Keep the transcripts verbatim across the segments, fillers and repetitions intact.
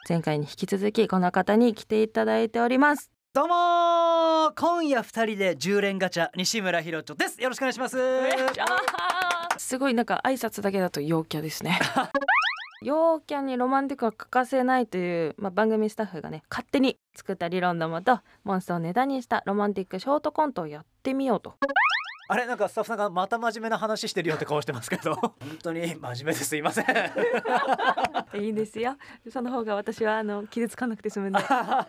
前回に引き続きこの方に来ていただいております。 どうもー、今夜ふたりでじゅう連ガチャ、西村ひろちょです。よろしくお願いします。 すごいなんか挨拶だけだと陽キャですね陽キャにロマンティックは欠かせないという、まあ、番組スタッフがね勝手に作った理論のもと、モンスターをネタにしたロマンティックショートコントをやってみようと。 あれ、なんかスタッフさんがまた真面目な話してるよって顔してますけど本当に真面目です。すいませんいいんですよ、その方が私はあの傷つかなくて済むんで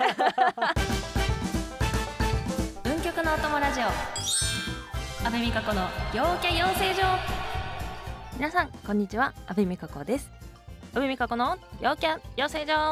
文曲のお供ラジオ、阿部美香子の陽キャ養成所。皆さんこんにちは、阿部美香子です。阿部美香子の陽キャ養成所。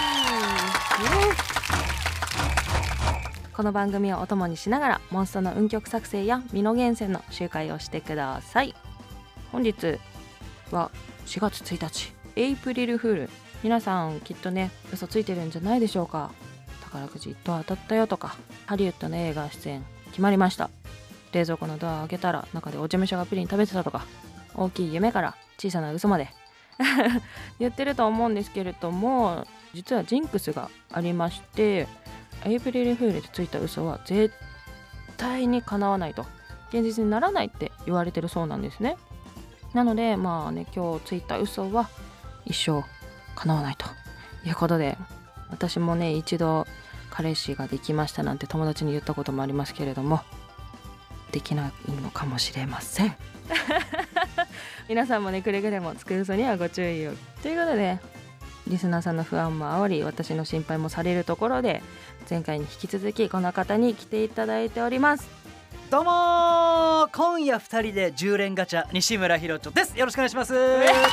この番組をお供にしながらモンストの運曲作成や身の源泉の集会をしてください。本日はしがつついたち、エイプリルフール。皆さんきっとね嘘ついてるんじゃないでしょうか。宝くじいっ等当たったよとか、ハリウッドの映画出演決まりました、冷蔵庫のドアを開けたら中でお茶飯がプリン食べてたとか、大きい夢から小さな嘘まで言ってると思うんですけれども、実はジンクスがありまして、エイプリルフールでついた嘘は絶対に叶わないと、現実にならないって言われてるそうなんですね。なのでまあね、今日ついた嘘は一生叶わないということで、私もね一度彼氏ができましたなんて友達に言ったこともありますけれども、できないのかもしれません皆さんもねくれぐれもつく嘘にはご注意をということで、リスナーさんの不安も煽り、私の心配もされるところで、前回に引き続きこの方に来ていただいております。 どうもー、今夜ふたりでじゅう連ガチャ、西村ひろちょです。よろしくお願いします。お願い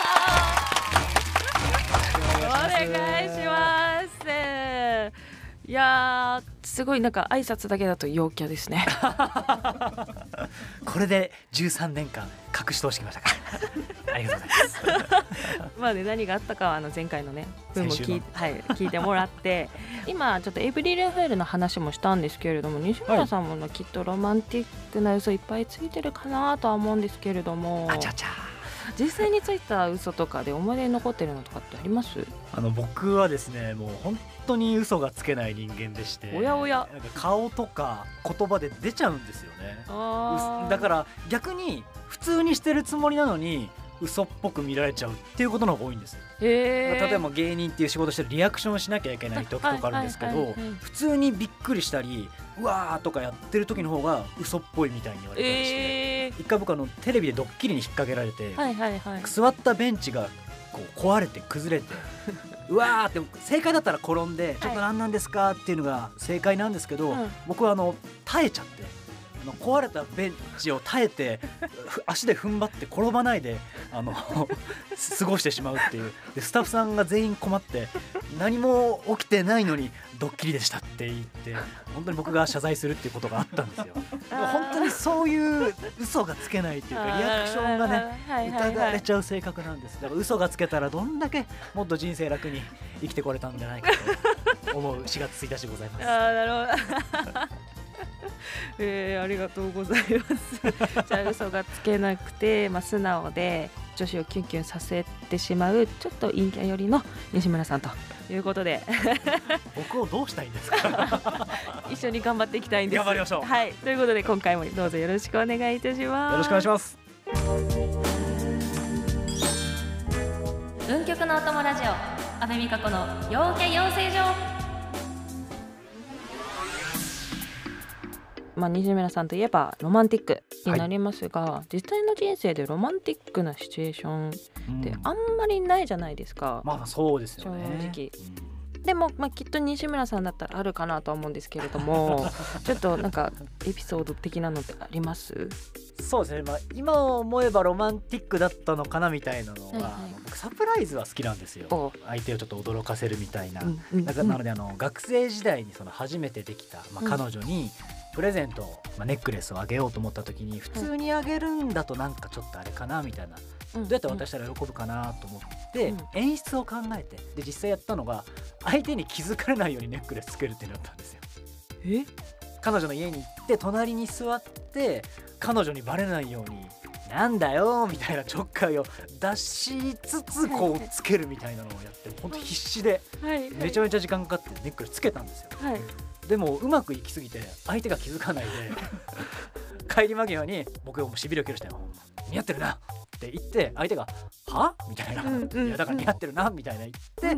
します。いやー、すごいなんか挨拶だけだと陽キャですねこれでじゅうさんねんかん隠し通してきましたからありがとうございますまあね、何があったかはあの前回のね分も聞い、はい、聞いてもらって今ちょっとエイプリルフールの話もしたんですけれども、西村さんもきっとロマンティックな嘘いっぱいついてるかなとは思うんですけれども、 あちゃちゃ、 実際についた嘘とかで思い出に残ってるのとかってあります？ あの僕はですね、もう本当に嘘がつけない人間でして、 おやおや、 なんか顔とか言葉で出ちゃうんですよね。 あだから逆に普通にしてるつもりなのに嘘っぽく見られちゃうっていうことの方が多いんです。 へー、 例えば芸人っていう仕事してるリアクションしなきゃいけない時とかあるんですけど、普通にびっくりしたりうわーとかやってる時の方が嘘っぽいみたいに言われたりして、 えー、 一回僕あのテレビでドッキリに引っ掛けられて、 はいはいはい、 座ったベンチがこう壊れて崩れてうわーって、正解だったら転んでちょっと何なんですかっていうのが正解なんですけど、 うん、僕僕はあの耐えちゃって、あの壊れたベンチを耐えて足で踏ん張って転ばないであの過ごしてしまうっていう。でスタッフさんが全員困って、何も起きてないのにドッキリでしたって言って、本当に僕が謝罪するっていうことがあったんですよ。でも本当にそういう嘘がつけないっていうか、リアクションがね疑われちゃう性格なんです。だから嘘がつけたらどんだけもっと人生楽に生きてこれたんじゃないかと思うしがつついたちでございます。 あー、なるほどえー、ありがとうございますじゃあ嘘がつけなくて、まあ、素直で女子をキュンキュンさせてしまうちょっと陰キャ寄りの西村さんということで僕をどうしたいんですか一緒に頑張っていきたいんです。 頑張りましょう。 はい、ということで今回もどうぞよろしくお願いいたします。 よろしくお願いします。 運極のお供ラジオ、阿部美香子の陽キャ養成所。まあ、西村さんといえばロマンティックになりますが、はい、実際の人生でロマンティックなシチュエーションってあんまりないじゃないですか、 うん、まあそうですよね、 正直、うん、でも、まあ、きっと西村さんだったらあるかなとは思うんですけれどもちょっとなんかエピソード的なのってあります？ そうですね、まあ、今思えばロマンティックだったのかなみたいなのは、はいはい、僕サプライズは好きなんですよ。相手をちょっと驚かせるみたいな、うんうんうん、なのであの学生時代にその初めてできた、まあ、彼女にプレゼント、まあ、ネックレスをあげようと思った時に、普通にあげるんだとなんかちょっとあれかなみたいな、うん、どうやって渡したら喜ぶかなと思って、うん、演出を考えて、で実際やったのが相手に気づかれないようにネックレスつけるっていうのだったんですよ。 え？ 彼女の家に行って隣に座って彼女にバレないようになんだよみたいなちょっかいを出しつつこうつけるみたいなのをやって本当必死でめちゃめちゃ時間かかってネックレスつけたんですよ、はい、でもうまくいきすぎて相手が気づかないで帰り間際に僕もしびれを切らして似合ってるなって言って相手がはみたいな、うんうん、いやだから似合ってるなみたいな言って、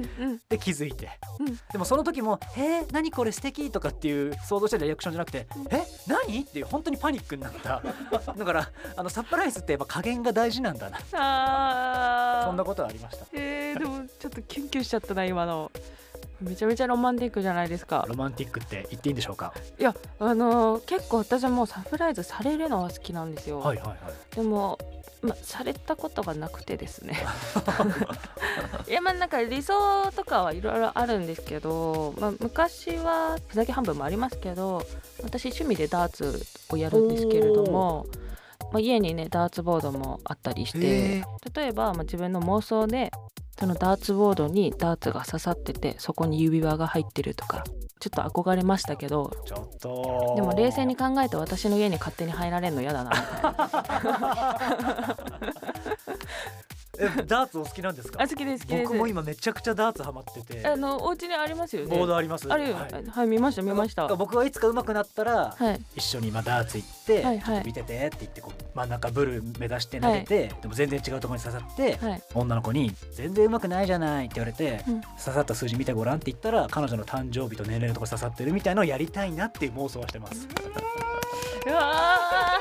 うんうん、で気づいて、うん、でもその時もえー、何これ素敵とかっていう想像してたリアクションじゃなくて、うん、え何っていう本当にパニックになっただからあのサプライズってやっぱ加減が大事なんだなあそんなことはありました。 えー、でもちょっとキュンキュンしちゃったな今の。めちゃめちゃロマンティックじゃないですか。 ロマンティックって言っていいんでしょうか。 いやあのー、結構私はもうサプライズされるのは好きなんですよ、はいはいはい、でも、ま、されたことがなくてですねいやまあなんか理想とかはいろいろあるんですけど、まあ、昔はふざけ半分もありますけど私趣味でダーツをやるんですけれども、まあ、家にねダーツボードもあったりして例えば、まあ、自分の妄想でそのダーツボードにダーツが刺さっててそこに指輪が入ってるとかちょっと憧れましたけどちょっとでも冷静に考えて私の家に勝手に入られるの嫌だなみたいなえダーツお好きなんですか。 あ好きです好きです。 僕も今めちゃくちゃダーツハマっててあのお家にありますよね。 ボードあります。 あるよ、はい、はい、見ました見ました。 僕はいつか上手くなったら、はい、一緒に今ダーツ行って、 はいはい、 見ててって言ってこう真ん中ブル目指して投げて、はい、でも全然違うところに刺さって、はい、女の子に全然上手くないじゃないって言われて、うん、刺さった数字見てごらんって言ったら彼女の誕生日と年齢のところ刺さってるみたいなのをやりたいなっていう妄想はしてます。うわ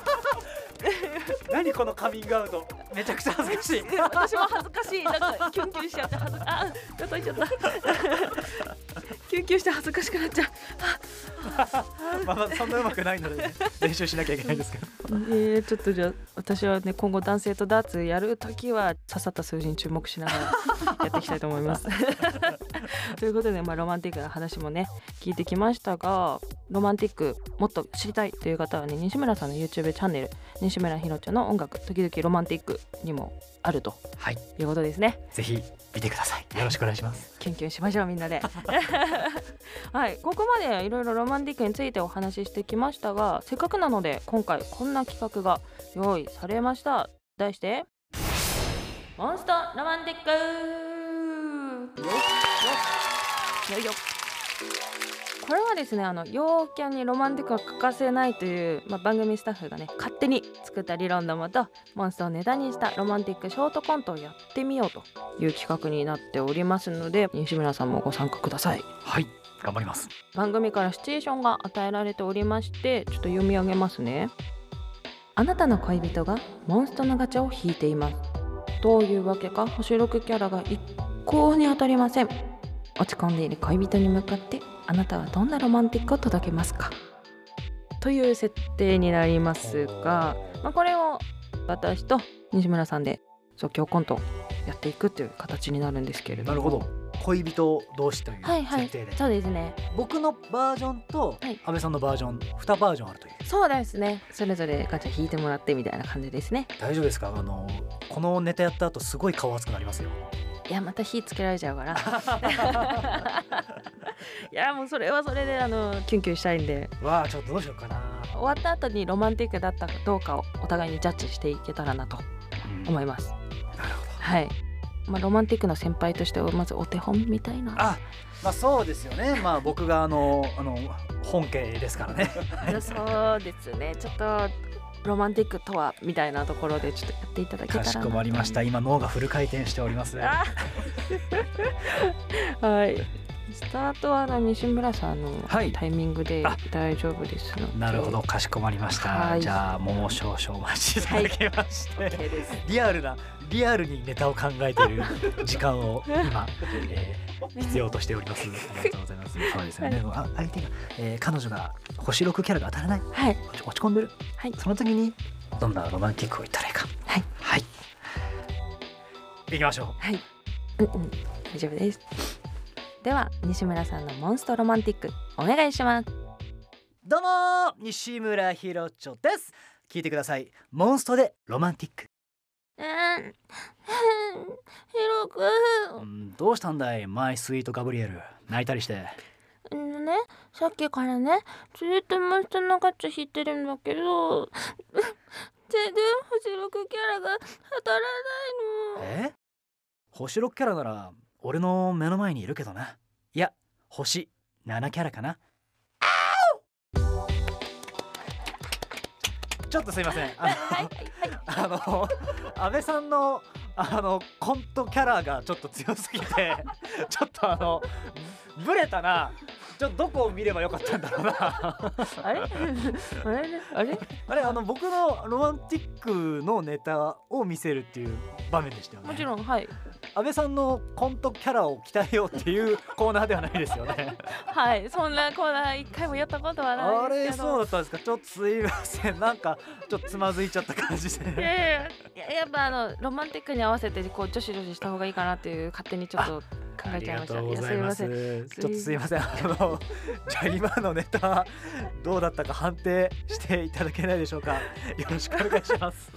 何このカミングアウトめちゃくちゃ恥ずかしい私も恥ずかしいなんかキュンキュンしちゃって恥ずあちょっといちゃったキュンキュンして恥ずかしくなっちゃうまあまあそんな上手くないので、ね、練習しなきゃいけないですけどえー、ちょっとじゃあ私はね今後男性とダーツやるときは刺さった数字に注目しながらやっていきたいと思いますということで、まあ、ロマンティックな話もね聞いてきましたがロマンティックもっと知りたいという方はね西村さんの YouTube チャンネル西村ひろちゃんの音楽時々ロマンティックにもあると、はい、いうことですね。 ぜひ見てください。よろしくお願いします。 キュンキュンしましょうみんなではい、ここまでいろいろロマンティックについてお話ししてきましたがせっかくなので今回こんな企画が用意されました。題してモンストロマンティックよよよよこれはですねあの陽キャにロマンティックは欠かせないという、まあ、番組スタッフがね勝手に作った理論のもとモンストをネタにしたロマンティックショートコントをやってみようという企画になっておりますので西村さんもご参加ください。 はい頑張ります。 番組からシチュエーションが与えられておりましてちょっと読み上げますね。あなたの恋人がモンストのガチャを引いています。どういうわけか星ろくキャラが一向に当たりません。落ち込んでいる恋人に向かってあなたはどんなロマンティックを届けますかという設定になりますが、まあ、これを私と西村さんで即興コントやっていくという形になるんですけれども。 なるほど恋人同士という設定で、はいはい、 そうですね。 僕のバージョンと安倍さんのバージョン、はい、にバージョンあるという。 そうですね。それぞれガチャ引いてもらってみたいな感じですね。 大丈夫ですか。あのこのネタやった後すごい顔熱くなりますよ。 いやまた火つけられちゃうからいやもうそれはそれであのキュンキュンしたいんでわあちょっとどうしようかな。 終わった後にロマンティックだったかどうかをお互いにジャッジしていけたらなと思います、 うん、なるほど。 はい、まあ、ロマンティックな先輩としてはまずお手本みたいな。 あ、まあそうですよね。まあ僕があのあの本家ですからねそうですね。ちょっとロマンティックとはみたいなところでちょっとやっていただけたらな。 かしこまりました。今脳がフル回転しておりますはい。 スタートは西村さんのタイミングで大丈夫ですので、はい、 なるほどかしこまりました、はい、じゃあもう少々お待ちいただきまして、はい、リアルなリアルにネタを考えている時間を今、えー、必要としております。ありがとうございます。そうですよね、はい、あ相手が、えー、彼女が星ろくキャラが当たらない、はい、落ち込んでる、はい、その時にどんなロマンティックを言ったらいいか。はい、はい、行きましょう。 はい、うんうん、大丈夫です。では西村さんのモンストロマンティックお願いします。 どうも西村ひろちょです。聞いてください。モンストでロマンティック。うん、ひろくん、どうしたんだいマイスイートガブリエル。泣いたりして。 んね、さっきからねずっとモンストのガチャ引いてるんだけど全然星ろくキャラが当たらないの。 え星ろくキャラなら俺の目の前にいるけどな。いや星ななキャラかな。ちょっとすいません、あの、 はいあの安倍さんのあのコントキャラがちょっと強すぎてちょっとあのブレたな。ちょっとどこを見ればよかったんだろうなあれあれあれあれあの僕のロマンティックのネタを見せるっていう場面でしたよね。 もちろん、はい安倍さんのコントキャラを鍛えようっていうコーナーではないですよねはい、そんなコーナー一回もやったことはあないですけど。 れそうだったんですか。ちょっとすいません、なんかちょっとつまずいちゃった感じいやでいやいや、やっぱあのロマンティックに合わせてこう女子女子した方がいいかなっていう勝手にちょっと考えちゃいました。 ありがとうございます。 いやすいません。 ちょっとすいません、あのじゃあ今のネタどうだったか判定していただけないでしょうか。よろしくお願いします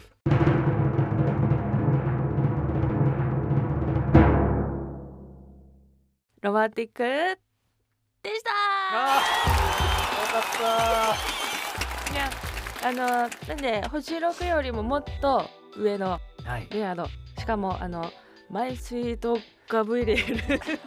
ロマンティックでしたあーよかっいや、あのなんで星ろくよりももっと上のた。はい、 レア度、しかもあのマイスイートガブリエル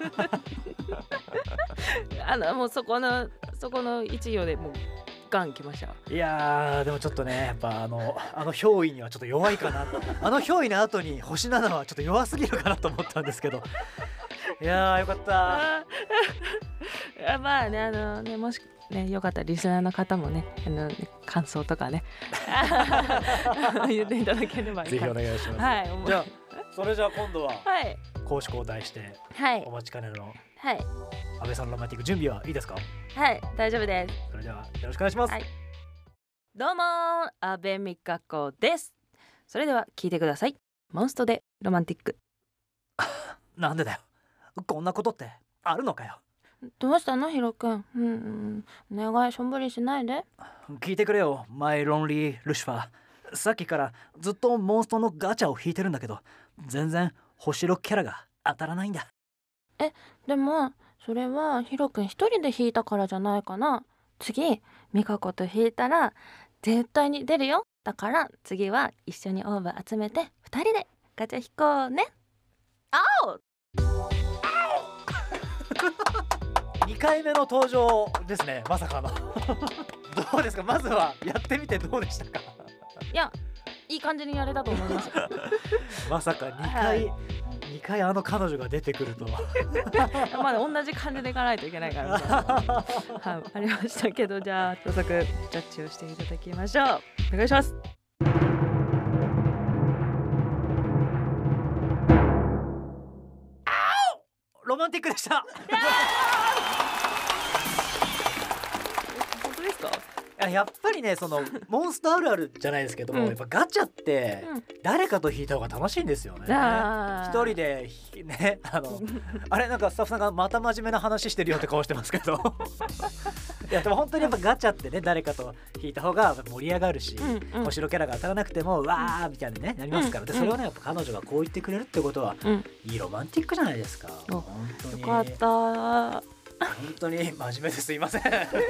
あのもうそこのそこの一行でもうガン来ました。 いやーでもちょっとね、やっぱあのあの憑依にはちょっと弱いかなあの憑依の後に星ななはちょっと弱すぎるかなと思ったんですけどいやーよかったあーいやまあね、あのね、もしねよかったらリスナーの方もね、あのね感想とかね言っていただければいいぜひかお願いします。 はいじゃあそれじゃあ今度ははい公私交代してはいお待ちかねのはい安倍さんのロマンティック準備はいいですか。 はい大丈夫です。 それではよろしくお願いします。 はいどうもー阿部美香子です。それでは聞いてください。モンストでロマンティック。 なんでだよ、こんなことってあるのかよ。 どうしたのヒロくん、うんうん、お願いしょんぼりしないで。 聞いてくれよマイロンリールシファー。さっきからずっとモンストのガチャを引いてるんだけど全然星ろくキャラが当たらないんだ。 でもそれはヒロくん一人で引いたからじゃないかな。次美香子と引いたら絶対に出るよ。だから次は一緒にオーブ集めて二人でガチャ引こうね。青にかいめの登場ですね、まさかのどうですか、まずはやってみてどうでしたか。 いや、いい感じにやれたと思いますまさかにかい、はい、にかいあの彼女が出てくるとはまだ同じ感じでいかないといけないからみたいな、はい、ありましたけど、じゃあ早速ジャッジをしていただきましょう。お願いします。 ロマンティックでした本当ですか。 やっぱりね、そのモンスターあるあるじゃないですけども、うん、やっぱガチャって誰かと引いた方が楽しいんですよね。一人でね、あのあれなんかスタッフさんがまた真面目な話してるよって顔してますけどいやでも本当にやっぱガチャってね、誰かと引いた方が盛り上がるし、うんうん、星のキャラが当たらなくてもわーみたいに、ね、なりますから、でそれをねやっぱ彼女がこう言ってくれるってことは、うん、いいロマンティックじゃないですか。本当によかった本当に真面目ですいません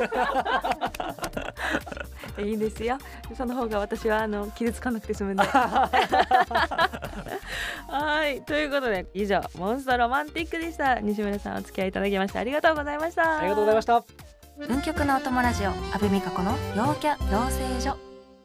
いいですよ、その方が私はあの傷つかなくて済むんではいということで以上モンスターロマンティックでした。西村さんお付き合いいただきましてありがとうございました。 ありがとうございました。 文曲のお供ラジオ阿部美香子の陽キャ養成所。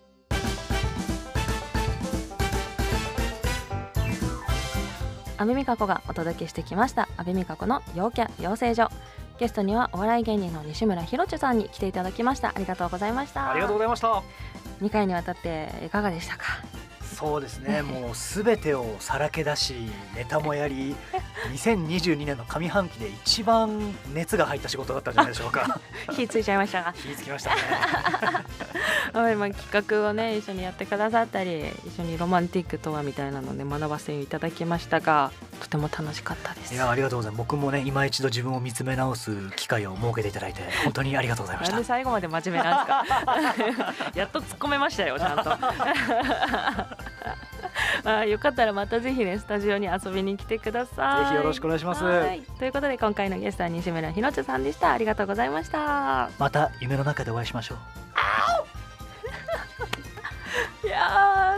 阿部美香子がお届けしてきました阿部美香子の陽キャ養成所。ゲストにはお笑い芸人の西村ひろちさんに来ていただきました。ありがとうございました。 ありがとうございました。 にかいにわたっていかがでしたか。 そうですね、もうすべてをさらけ出しネタもやりにせんにじゅうにねんの上半期で一番熱が入った仕事だったんじゃないでしょうか火ついちゃいましたが火つきましたねまあ企画をね一緒にやってくださったり一緒にロマンティックとはみたいなので学ばせていただきましたがとても楽しかったです。 いやありがとうございます。僕もね今一度自分を見つめ直す機会を設けていただいて本当にありがとうございました。 なんで最後まで真面目なんですかやっと突っ込めましたよちゃんとあよかったらまたぜひねスタジオに遊びに来てください。 ぜひよろしくお願いします。 ということで今回のゲストは西村ひろちさんでした。ありがとうございました。 また夢の中でお会いしましょういやー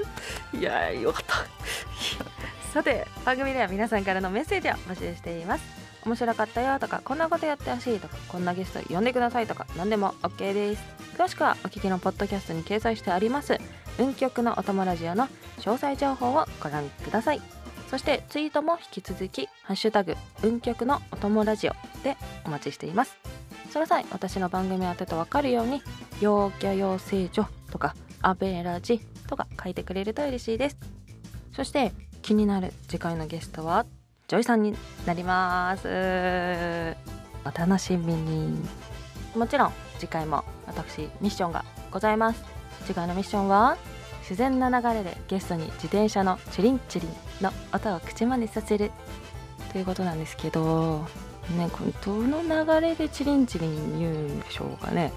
いやーよかったさて番組では皆さんからのメッセージを募集しています。面白かったよとか、こんなことやってほしいとか、こんなゲスト呼んでくださいとか、何でも OK です。詳しくはお聞きのポッドキャストに掲載してあります運極のお供ラジオの詳細情報をご覧ください。そしてツイートも引き続きハッシュタグ運極のお供ラジオでお待ちしています。その際私の番組宛てと分かるように陽キャ養成所とかアベラジとか書いてくれると嬉しいです。そして気になる次回のゲストはジョイさんになります。お楽しみに。もちろん次回も私ミッションがございます。次回のミッションは自然な流れでゲストに自転車のチリンチリンの音を口真似させるということなんですけどね、これどの流れでチリンチリン言うんでしょうかね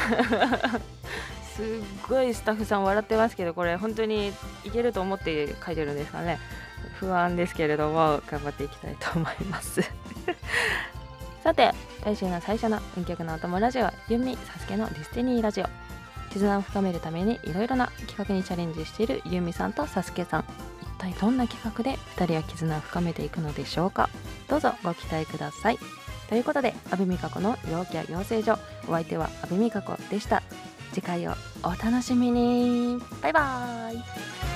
すっごいスタッフさん笑ってますけど、これ本当にいけると思って書いてるんですかね。不安ですけれども頑張っていきたいと思いますさて来週の最初の運極のお供ラジオはユミサスケのディスティニーラジオ。絆を深めるためにいろいろな企画にチャレンジしているユミさんとサスケさん、一体どんな企画でふたりは絆を深めていくのでしょうか。どうぞご期待ください。ということで阿部美香子の陽キャ養成所、お相手は阿部美香子でした。次回をお楽しみに。バイバーイ。